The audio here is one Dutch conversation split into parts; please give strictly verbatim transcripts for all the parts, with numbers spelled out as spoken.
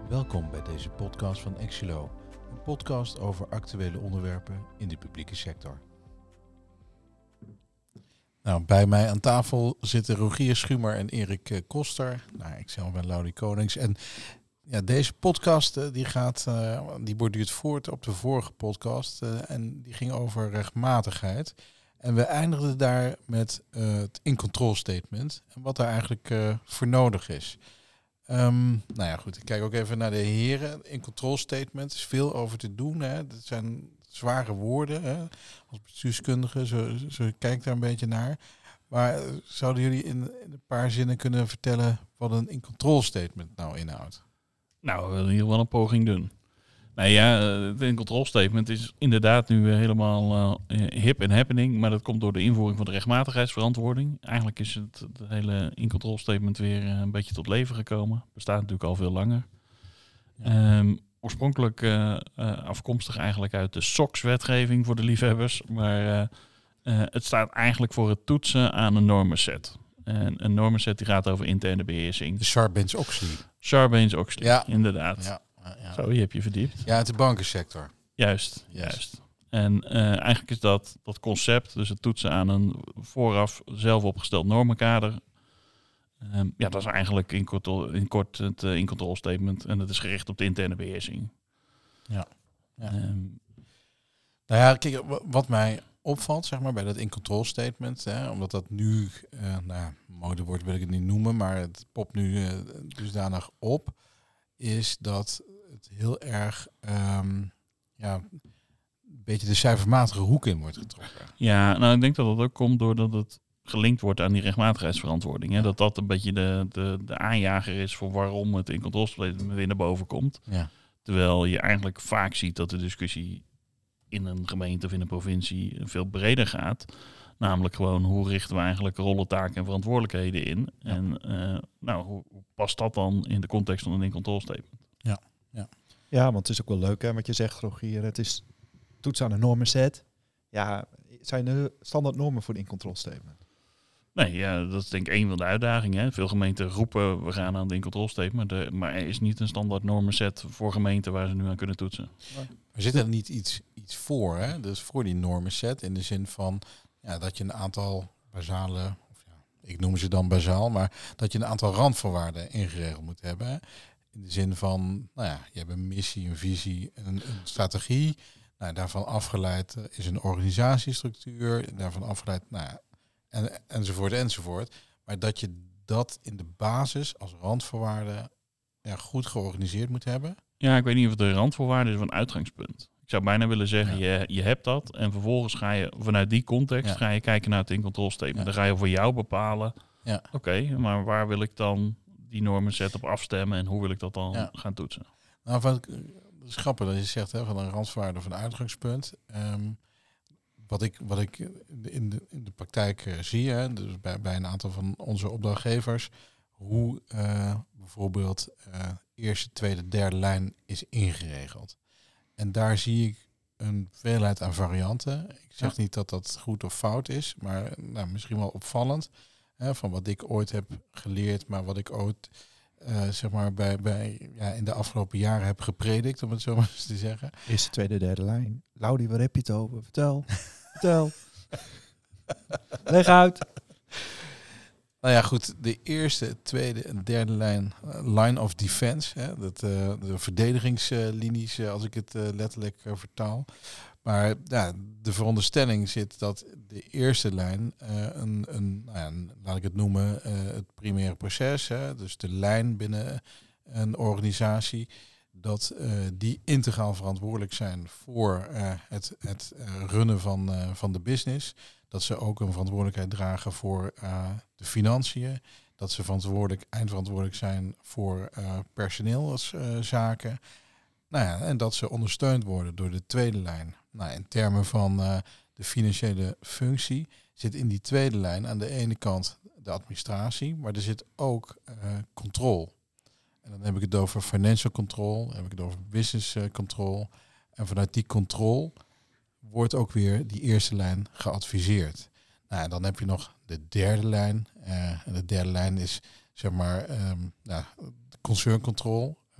Welkom bij deze podcast van Exilo, een podcast over actuele onderwerpen in de publieke sector. Nou, bij mij aan tafel zitten Rogier Schumer en Erik Koster. Nou, ik zelf ben Laudie Konings. En ja, deze podcast uh, die gaat, uh, die borduurt voort op de vorige podcast uh, en die ging over rechtmatigheid. En we eindigden daar met uh, het in-control statement en wat daar eigenlijk uh, voor nodig is. Um, nou ja, goed. Ik kijk ook even naar de heren. In-control statement is veel over te doen. Hè. Dat zijn zware woorden. Hè. Als bestuurskundige, zo, zo kijk ik daar een beetje naar. Maar uh, zouden jullie in, in een paar zinnen kunnen vertellen wat een in-control statement nou inhoudt? Nou, we willen hier wel een poging doen. Nou ja, het in-control statement is inderdaad nu helemaal uh, hip en happening. Maar dat komt door de invoering van de rechtmatigheidsverantwoording. Eigenlijk is het, het hele in-control statement weer uh, een beetje tot leven gekomen. Bestaat natuurlijk al veel langer. Ja. Um, oorspronkelijk uh, uh, afkomstig eigenlijk uit de S O X-wetgeving voor de liefhebbers. Maar uh, uh, het staat eigenlijk voor het toetsen aan een normenset. En een normenset die gaat over interne beheersing. De Sarbanes-Oxley. Sarbanes-Oxley, ja. inderdaad. Ja. Ja. Zo, je hebt je verdiept. Ja, uit de bankensector. Juist, yes. juist. En uh, eigenlijk is dat, dat concept, dus het toetsen aan een vooraf zelf opgesteld normenkader. Um, ja, dat is eigenlijk in kort, in kort het uh, in-control statement. En dat is gericht op de interne beheersing. Ja. ja. Um, nou ja, kijk, wat mij opvalt, zeg maar, bij dat in-control statement, hè, omdat dat nu, uh, nou, modewoord wil ik het niet noemen, maar het popt nu uh, dusdanig op, is dat het heel erg um, ja, een beetje de cijfermatige hoek in wordt getrokken. Ja, nou ik denk dat dat ook komt doordat het gelinkt wordt aan die rechtmatigheidsverantwoording. Hè? Ja. Dat dat een beetje de, de, de aanjager is voor waarom het in controlestatement weer naar boven komt. Ja. Terwijl je eigenlijk vaak ziet dat de discussie in een gemeente of in een provincie veel breder gaat. Namelijk gewoon hoe richten we eigenlijk rollen, taken en verantwoordelijkheden in. Ja. En uh, nou, hoe, hoe past dat dan in de context van een in-control statement? Ja. Ja. ja, want het is ook wel leuk hè, wat je zegt, Rogier. Het is toetsen aan een normenset. Ja, zijn er standaard normen voor de in-control statement? Nee, ja, dat is denk ik één van de uitdagingen. Hè. Veel gemeenten roepen, we gaan aan de in-control statement. De, maar er is niet een standaard normenset voor gemeenten waar ze nu aan kunnen toetsen. Nee. Er zit er niet iets, iets voor, hè? Dus voor die normenset in de zin van ja, dat je een aantal basale, of ja, ik noem ze dan bazaal, maar dat je een aantal randvoorwaarden ingeregeld moet hebben. Hè? In de zin van, nou ja, je hebt een missie, een visie, een, een strategie. Nou, daarvan afgeleid is een organisatiestructuur. Daarvan afgeleid, nou ja, en, enzovoort, enzovoort. Maar dat je dat in de basis als randvoorwaarden ja, goed georganiseerd moet hebben. Ja, ik weet niet of het een randvoorwaarde is of een uitgangspunt. Ik zou bijna willen zeggen, ja. je, je hebt dat. En vervolgens ga je vanuit die context ja. ga je kijken naar het in-control statement. Ja. Dan ga je voor jou bepalen, ja. oké, okay, maar waar wil ik dan die normen zetten op afstemmen en hoe wil ik dat dan ja. gaan toetsen? Nou, van, het is grappig dat je zegt hè, van een randvoorwaarde of een uitgangspunt. Um, wat ik, wat ik in, de, in de praktijk uh, zie, hè, dus bij, bij een aantal van onze opdrachtgevers, hoe uh, bijvoorbeeld uh, eerste, tweede, derde lijn is ingeregeld. En daar zie ik een veelheid aan varianten. Ik zeg ja. niet dat dat goed of fout is, maar nou, misschien wel opvallend. Hè, van wat ik ooit heb geleerd, maar wat ik ooit uh, zeg maar bij, bij, ja, in de afgelopen jaren heb gepredikt, om het zo maar eens te zeggen. Eerste, tweede, derde lijn. Laudie, waar heb je het over? Vertel. Vertel. Leg uit. Nou ja, goed. De eerste, tweede en derde lijn, uh, line of defense. Hè, dat, uh, de verdedigingslinies, uh, als ik het uh, letterlijk uh, vertaal. Maar ja, de veronderstelling zit dat de eerste lijn, uh, een, een, nou ja, een, laat ik het noemen, uh, het primaire proces, hè, dus de lijn binnen een organisatie, dat uh, die integraal verantwoordelijk zijn voor uh, het, het uh, runnen van, uh, van de business. Dat ze ook een verantwoordelijkheid dragen voor uh, de financiën. Dat ze verantwoordelijk, eindverantwoordelijk zijn voor uh, personeelszaken. Uh, nou ja, en dat ze ondersteund worden door de tweede lijn. Nou, in termen van uh, de financiële functie zit in die tweede lijn aan de ene kant de administratie, maar er zit ook uh, controle. En dan heb ik het over financial control, dan heb ik het over business control. En vanuit die controle wordt ook weer die eerste lijn geadviseerd. Nou, en dan heb je nog de derde lijn. Uh, en de derde lijn is zeg maar um, nou, concern control. Uh,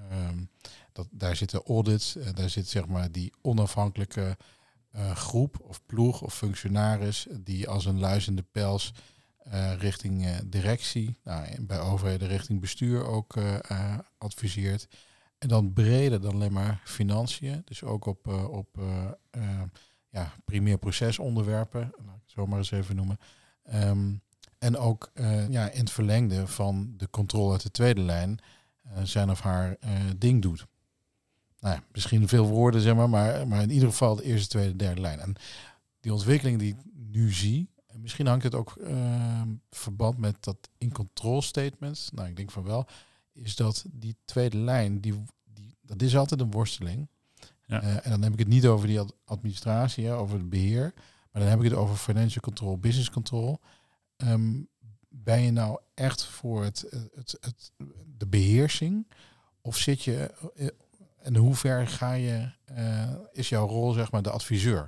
Um, dat, daar zitten audits, uh, daar zit zeg maar die onafhankelijke uh, groep of ploeg of functionaris die als een luizende pels uh, richting uh, directie, nou, bij overheden richting bestuur ook uh, uh, adviseert. En dan breder dan alleen maar financiën, dus ook op, uh, op uh, uh, ja, primair procesonderwerpen, laat ik het zo maar eens even noemen. Um, en ook uh, ja, in het verlengde van de controle uit de tweede lijn uh, zijn of haar uh, ding doet. Nou ja, misschien veel woorden, zeg maar, maar, maar in ieder geval de eerste, tweede, derde lijn. En die ontwikkeling die ik nu zie, en misschien hangt het ook uh, verband met dat in-control statement, nou ik denk van wel, is dat die tweede lijn, die, die, dat is altijd een worsteling. Ja. Uh, en dan heb ik het niet over die administratie, hè, over het beheer, maar dan heb ik het over financial control, business control. Um, ben je nou echt voor het, het, het, de beheersing? Of zit je, en hoe ver ga je, uh, is jouw rol zeg maar de adviseur?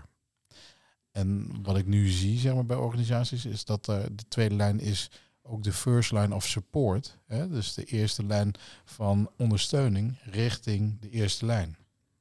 En wat ik nu zie zeg maar bij organisaties is dat uh, de tweede lijn is ook de first line of support. Hè? Dus de eerste lijn van ondersteuning richting de eerste lijn.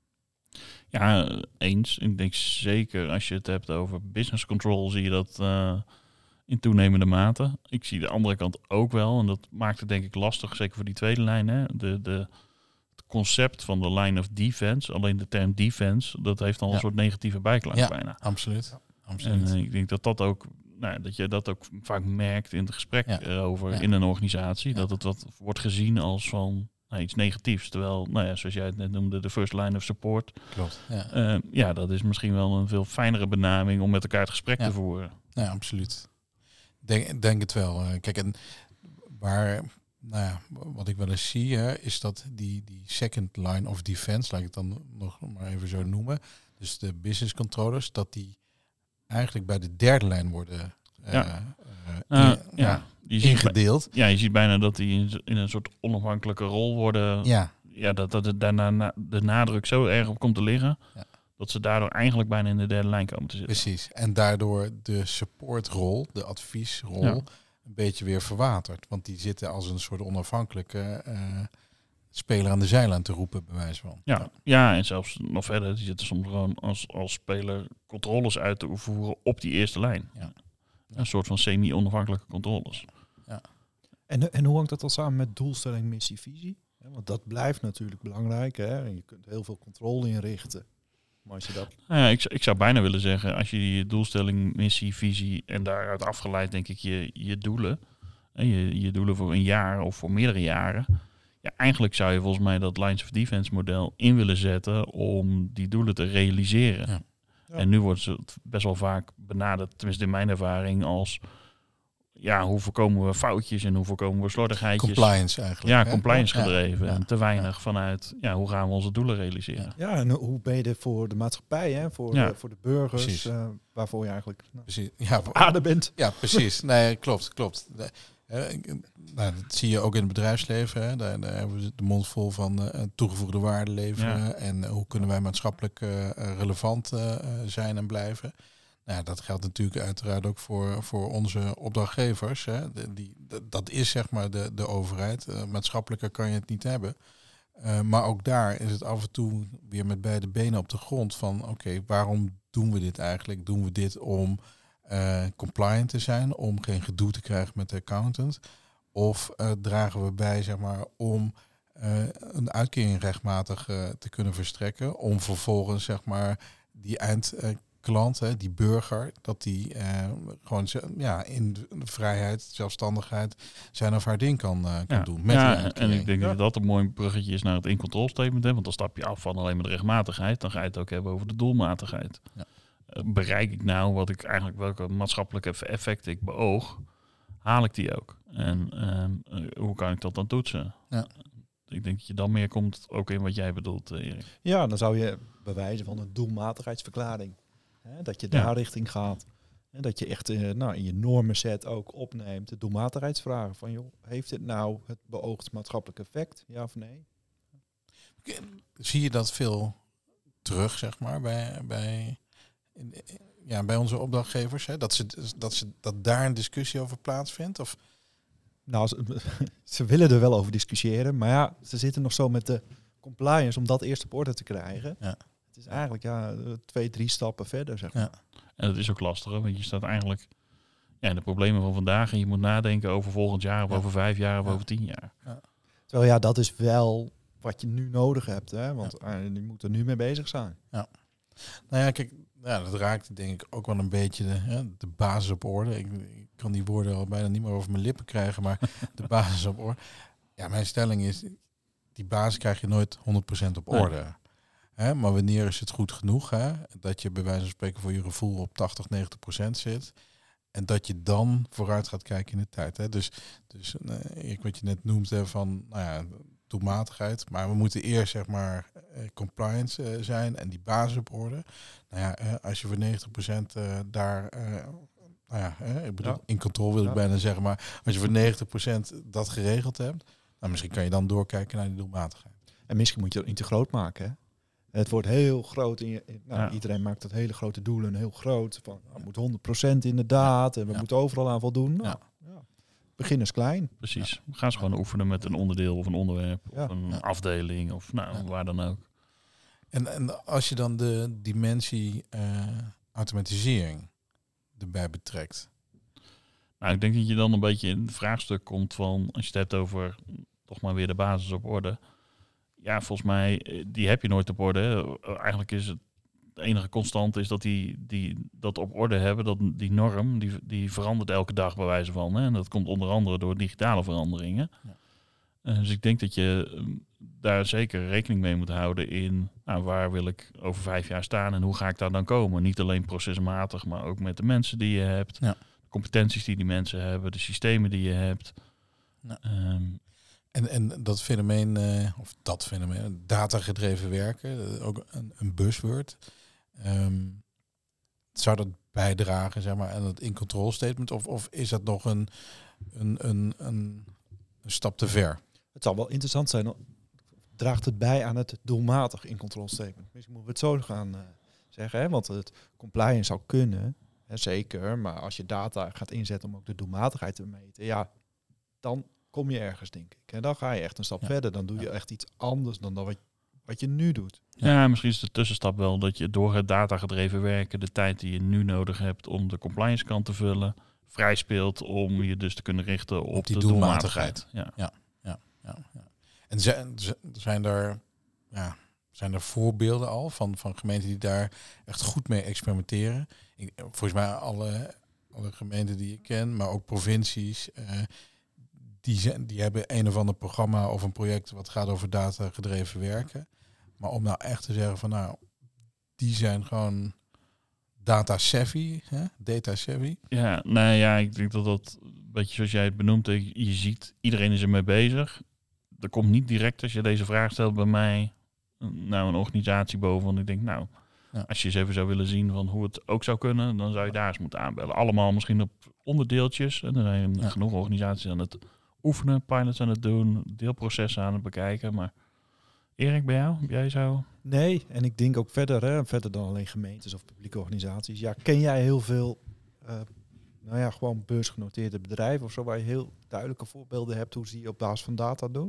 Ja, eens. Ik denk zeker als je het hebt over business control zie je dat uh, in toenemende mate. Ik zie de andere kant ook wel. En dat maakt het denk ik lastig, zeker voor die tweede lijn. Hè? De, de, het concept van de line of defense, alleen de term defense, dat heeft al ja. een soort negatieve bijklank ja, bijna. Absoluut. absoluut. En uh, ik denk dat dat ook, nou, dat je dat ook vaak merkt in het gesprek ja. erover ja. in een organisatie. Ja. Dat het wat wordt gezien als van nou, iets negatiefs. Terwijl, nou ja, zoals jij het net noemde, de first line of support. Klopt. Ja, uh, ja dat is misschien wel een veel fijnere benaming om met elkaar het gesprek ja. te voeren. Ja, absoluut. Denk, denk het wel. Uh, kijk, en waar, nou ja, wat ik wel eens zie, hè, is dat die, die second line of defense, laat ik het dan nog maar even zo noemen, dus de business controllers, dat die eigenlijk bij de derde lijn worden uh, ja. uh, uh, in, ja. ja, je ingedeeld. Ziet, ja, je ziet bijna dat die in, in een soort onafhankelijke rol worden. Ja, ja dat, dat het daarna na, de nadruk zo erg op komt te liggen, ja. dat ze daardoor eigenlijk bijna in de derde lijn komen te zitten. Precies. En daardoor de supportrol, de adviesrol, ja. een beetje weer verwaterd. Want die zitten als een soort onafhankelijke uh, speler aan de zijlijn te roepen, bij wijze van. Ja, ja. ja, en zelfs nog verder, die zitten soms gewoon als, als speler controles uit te oefenen op die eerste lijn. Ja. Ja. Een soort van semi-onafhankelijke controles. Ja. En, en hoe hangt dat dan samen met doelstelling, missie, visie? Ja, want dat blijft natuurlijk belangrijk. Hè? En je kunt heel veel controle inrichten. Maar als je dat... Nou ja, ik, ik zou bijna willen zeggen, als je die doelstelling, missie, visie en daaruit afgeleid denk ik je, je doelen, en je, je doelen voor een jaar of voor meerdere jaren, ja, eigenlijk zou je volgens mij dat lines of defense model in willen zetten om die doelen te realiseren. Ja. Ja. En nu wordt het best wel vaak benaderd, tenminste in mijn ervaring, als ja, hoe voorkomen we foutjes en hoe voorkomen we slordigheidjes. Compliance eigenlijk. Ja, hè? compliance ja, gedreven. Ja, en te weinig ja. vanuit, ja, hoe gaan we onze doelen realiseren. Ja, en hoe ben je er voor de maatschappij, hè? Voor, ja. de, voor de burgers, uh, waarvoor je eigenlijk nou, precies. Ja, op aarde bent. Ja, precies. Nee, klopt, klopt. De, uh, nou, dat zie je ook in het bedrijfsleven. Hè? Daar, daar hebben we de mond vol van uh, toegevoegde waarde leveren. Ja. En uh, hoe kunnen wij maatschappelijk uh, relevant uh, zijn en blijven. Nou, dat geldt natuurlijk uiteraard ook voor, voor onze opdrachtgevers. Hè. De, die, de, dat is zeg maar de, de overheid. Uh, maatschappelijker kan je het niet hebben. Uh, maar ook daar is het af en toe weer met beide benen op de grond van oké, okay, waarom doen we dit eigenlijk? Doen we dit om uh, compliant te zijn, om geen gedoe te krijgen met de accountant? Of uh, dragen we bij zeg maar om uh, een uitkering rechtmatig uh, te kunnen verstrekken, om vervolgens zeg maar die eind uh, klant, hè, die burger, dat die uh, gewoon ja, in de vrijheid, zelfstandigheid zijn of haar ding kan, uh, kan ja. doen. Met ja, en ik denk ja. dat dat een mooi bruggetje is naar het in-control statement. Hè, want dan stap je af van alleen maar de rechtmatigheid. Dan ga je het ook hebben over de doelmatigheid. Ja. Uh, bereik ik nou wat ik eigenlijk, welke maatschappelijke effecten ik beoog, haal ik die ook? En uh, uh, hoe kan ik dat dan toetsen? Ja. Ik denk dat je dan meer komt ook in wat jij bedoelt, uh, Erik. Ja, dan zou je bewijzen van een doelmatigheidsverklaring. Hè, dat je daar ja. richting gaat. En dat je echt uh, nou, in je normenset ook opneemt de doelmatigheidsvragen. Van joh, heeft dit nou het beoogd maatschappelijk effect? Ja of nee? Zie je dat veel terug, zeg maar, bij, bij, in, ja, bij onze opdrachtgevers? Hè? Dat, ze, dat, ze, dat daar een discussie over plaatsvindt? Of? Nou, ze, ze willen er wel over discussiëren. Maar ja, ze zitten nog zo met de compliance, om dat eerst op orde te krijgen. Ja. Het is eigenlijk ja, twee, drie stappen verder, zeg maar. Ja. En dat is ook lastig, hè, want je staat eigenlijk ja, in de problemen van vandaag en je moet nadenken over volgend jaar of Ja. over vijf jaar of Ja. over tien jaar. Terwijl ja, dat is wel wat je nu nodig hebt, hè? Want ja. uh, je moet er nu mee bezig zijn. Nou ja, kijk, ja, dat raakt denk ik ook wel een beetje de, hè, de basis op orde. Ik, ik kan die woorden al bijna niet meer over mijn lippen krijgen, maar de basis op orde. Ja, mijn stelling is, die basis krijg je nooit honderd procent op orde. Nee. Hè, maar wanneer is het goed genoeg? Hè? Dat je bij wijze van spreken voor je gevoel op tachtig, negentig procent zit. En dat je dan vooruit gaat kijken in de tijd. Hè? Dus, dus ik wat je net noemt hè, van nou ja, doelmatigheid. Maar we moeten eerst zeg maar compliance uh, zijn en die basis op orde. Nou ja, uh, als je voor negentig procent uh, daar... Uh, nou ja, uh, ik bedoel, ja. in controle wil ik ja. bijna zeggen. Maar als je voor negentig procent dat geregeld hebt... Nou, misschien kan je dan doorkijken naar die doelmatigheid. En misschien moet je dat niet te groot maken, hè? Het wordt heel groot. In je, in, nou, ja. Iedereen maakt dat hele grote doelen heel groot. Van, nou, het moet honderd procent inderdaad. Ja. En we ja. moeten overal aan voldoen. Nou, ja. Ja. Begin eens klein. Precies. Ja. We gaan ze gewoon oefenen met een onderdeel of een onderwerp. Ja. Of een ja. afdeling of nou, ja. waar dan ook. En, en als je dan de dimensie uh, automatisering erbij betrekt. Nou, ik denk dat je dan een beetje in het vraagstuk komt van... Als je het hebt over toch maar weer de basis op orde... Ja, volgens mij, die heb je nooit op orde. Eigenlijk is het, de enige constante is dat die, die dat op orde hebben. Dat die norm, die, die verandert elke dag bij wijze van. Hè? En dat komt onder andere door digitale veranderingen. Ja. Uh, dus ik denk dat je um, daar zeker rekening mee moet houden in... Nou, waar wil ik over vijf jaar staan en hoe ga ik daar dan komen? Niet alleen procesmatig, maar ook met de mensen die je hebt. Ja. De competenties die die mensen hebben, de systemen die je hebt. Ja. Um, En, en dat fenomeen, uh, of dat fenomeen, datagedreven werken, ook een, een buzzword. Um, zou dat bijdragen, zeg maar, aan het in-control statement? Of, of is dat nog een, een, een, een, een stap te ver? Het zal wel interessant zijn. Draagt het bij aan het doelmatig in-control statement? Misschien moeten we het zo gaan uh, zeggen. Hè? Want het compliance zou kunnen, hè, zeker. Maar als je data gaat inzetten om ook de doelmatigheid te meten, ja, dan... kom je ergens, denk ik. En dan ga je echt een stap ja. verder. Dan doe je ja. echt iets anders dan wat, wat je nu doet. Ja. ja, misschien is de tussenstap wel dat je door het datagedreven werken... de tijd die je nu nodig hebt om de compliance kant te vullen... vrij speelt om je dus te kunnen richten op, op die de doelmatigheid. Ja. Ja, ja, ja, ja. En zijn, zijn, er, ja, zijn er voorbeelden al van, van gemeenten die daar echt goed mee experimenteren? Ik, volgens mij alle, alle gemeenten die ik ken, maar ook provincies... Uh, Die, zijn, die hebben een of ander programma of een project wat gaat over data-gedreven werken. Maar om nou echt te zeggen van nou, die zijn gewoon data-savvy, hè? data-savvy. Ja, nou ja, ik denk dat dat een beetje zoals jij het benoemt, je ziet, iedereen is ermee bezig. Er komt niet direct als je deze vraag stelt bij mij, nou een organisatie boven. Want ik denk nou, ja. als je eens even zou willen zien van hoe het ook zou kunnen, dan zou je daar eens moeten aanbellen. Allemaal misschien op onderdeeltjes. En er zijn ja. genoeg organisaties aan het oefenen, pilots aan het doen, deelprocessen aan het bekijken. Maar Erik, bij jou? Jij zou... Nee, en ik denk ook verder, hè, verder dan alleen gemeentes of publieke organisaties. Ja, ken jij heel veel, uh, nou ja, gewoon beursgenoteerde bedrijven of zo, waar je heel duidelijke voorbeelden hebt hoe ze die op basis van data doen?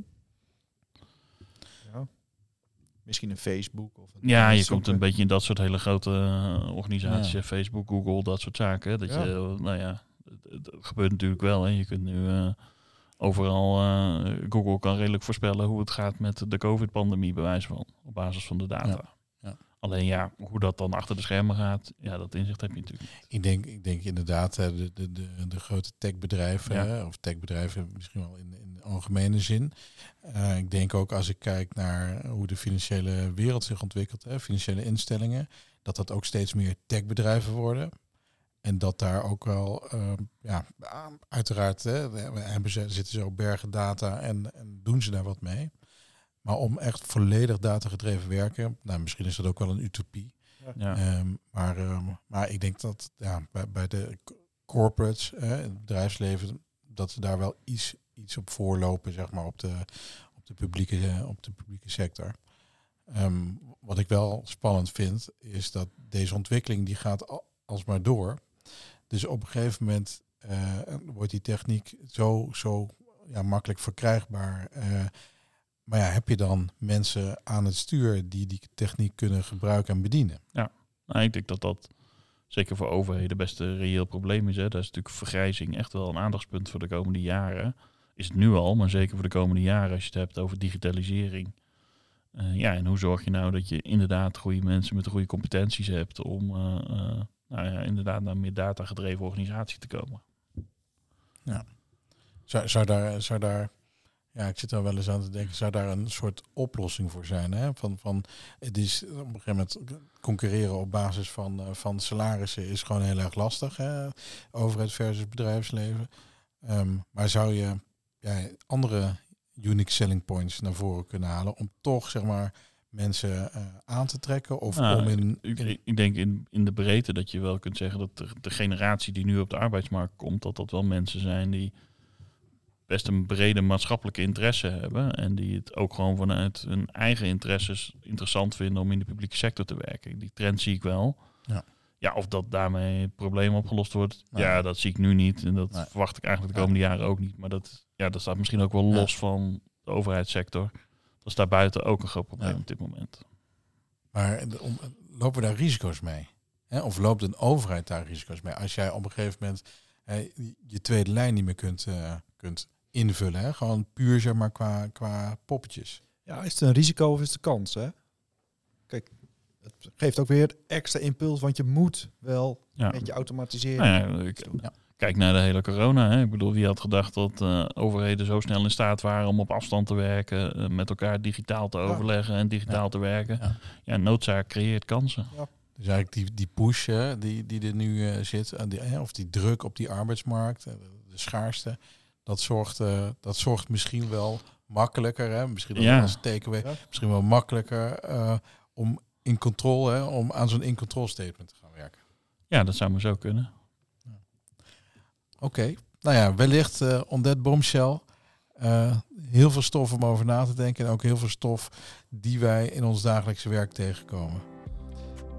Ja. Misschien een Facebook of een ja, je zoeken. Komt een beetje in dat soort hele grote uh, organisaties, ja. Facebook, Google, dat soort zaken. Dat ja. je, nou ja, het, het gebeurt natuurlijk wel. Hè. Je kunt nu uh, overal, uh, Google kan redelijk voorspellen hoe het gaat met de COVID-pandemie, bij wijze van, op basis van de data. Ja. Ja. Alleen ja, hoe dat dan achter de schermen gaat, ja, dat inzicht heb je natuurlijk niet. Ik denk, ik denk inderdaad, de, de, de, de grote techbedrijven, ja. hè, of techbedrijven misschien wel in, in de algemene zin. Uh, ik denk ook als ik kijk naar hoe de financiële wereld zich ontwikkelt, hè, financiële instellingen, dat dat ook steeds meer techbedrijven worden. En dat daar ook wel, uh, ja, uiteraard, hè, hebben ze, zitten ze op bergen data en, en doen ze daar wat mee. Maar om echt volledig datagedreven werken, nou, misschien is dat ook wel een utopie. Ja. Um, maar, um, maar ik denk dat ja, bij, bij de corporates, hè, het bedrijfsleven, dat ze daar wel iets, iets op voorlopen, zeg maar, op de, op de, publieke, op de publieke sector. Um, wat ik wel spannend vind, is dat deze ontwikkeling die gaat alsmaar door. Dus op een gegeven moment uh, wordt die techniek zo, zo ja, makkelijk verkrijgbaar. Uh, maar ja, heb je dan mensen aan het stuur die die techniek kunnen gebruiken en bedienen? Nou, ik denk dat dat zeker voor overheden best een reëel probleem is. Hè. Daar is natuurlijk vergrijzing echt wel een aandachtspunt voor de komende jaren. Is het nu al, maar zeker voor de komende jaren als je het hebt over digitalisering. Uh, ja, en hoe zorg je nou dat je inderdaad goede mensen met de goede competenties hebt om uh, uh, nou ja, inderdaad naar een meer datagedreven organisatie te komen. Ja. Zou, zou daar, zou daar, ja, ik zit er wel eens aan te denken, zou daar een soort oplossing voor zijn? Hè? Van, van, het is op een gegeven moment concurreren op basis van, uh, van salarissen is gewoon heel erg lastig. Hè? Overheid versus bedrijfsleven. Um, maar zou je ja, andere unique selling points naar voren kunnen halen om toch, zeg maar, mensen uh, aan te trekken? Of nou, om in, ik, in... ik denk in, in de breedte dat je wel kunt zeggen dat de, de generatie die nu op de arbeidsmarkt komt, dat dat wel mensen zijn die best een brede maatschappelijke interesse hebben en die het ook gewoon vanuit hun eigen interesses interessant vinden om in de publieke sector te werken. Die trend zie ik wel. Ja. Ja, of dat daarmee het probleem opgelost wordt, Nee. ja, dat zie ik nu niet. En dat Nee. verwacht ik eigenlijk de komende jaren ook niet. Maar dat, ja, dat staat misschien ook wel los ja. van de overheidssector. Dat is daar buiten ook een groot probleem ja. op dit moment. Maar om, lopen daar risico's mee? Hè? Of loopt een overheid daar risico's mee? Als jij op een gegeven moment hè, je tweede lijn niet meer kunt, uh, kunt invullen. Hè? Gewoon puur zeg maar qua, qua poppetjes. Ja, is het een risico of is het een kans? Hè? Kijk, het geeft ook weer extra impuls, want je moet wel ja. met je automatiseren. Nou ja, ik, ja. Kijk naar de hele corona. Hè. Ik bedoel, wie had gedacht dat uh, overheden zo snel in staat waren om op afstand te werken, uh, met elkaar digitaal te overleggen ja. en digitaal ja. te werken. Ja. ja, noodzaak creëert kansen. Ja. Dus eigenlijk die, die push hè, die, die er nu uh, zit, uh, die, uh, of die druk op die arbeidsmarkt, uh, de schaarste, dat zorgt, uh, dat zorgt misschien wel makkelijker, hè, misschien ja. als takeaway, ja. misschien wel makkelijker uh, om in controle, hè, om aan zo'n in-control statement te gaan werken. Ja, dat zou maar zo kunnen. Oké, okay. Nou ja, wellicht uh, on that bombshell uh, heel veel stof om over na te denken en ook heel veel stof die wij in ons dagelijkse werk tegenkomen.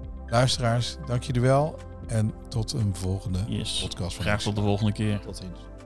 Luisteraars, dank jullie wel en tot een volgende yes. podcast. Van Graag tot de volgende keer. Tot ziens.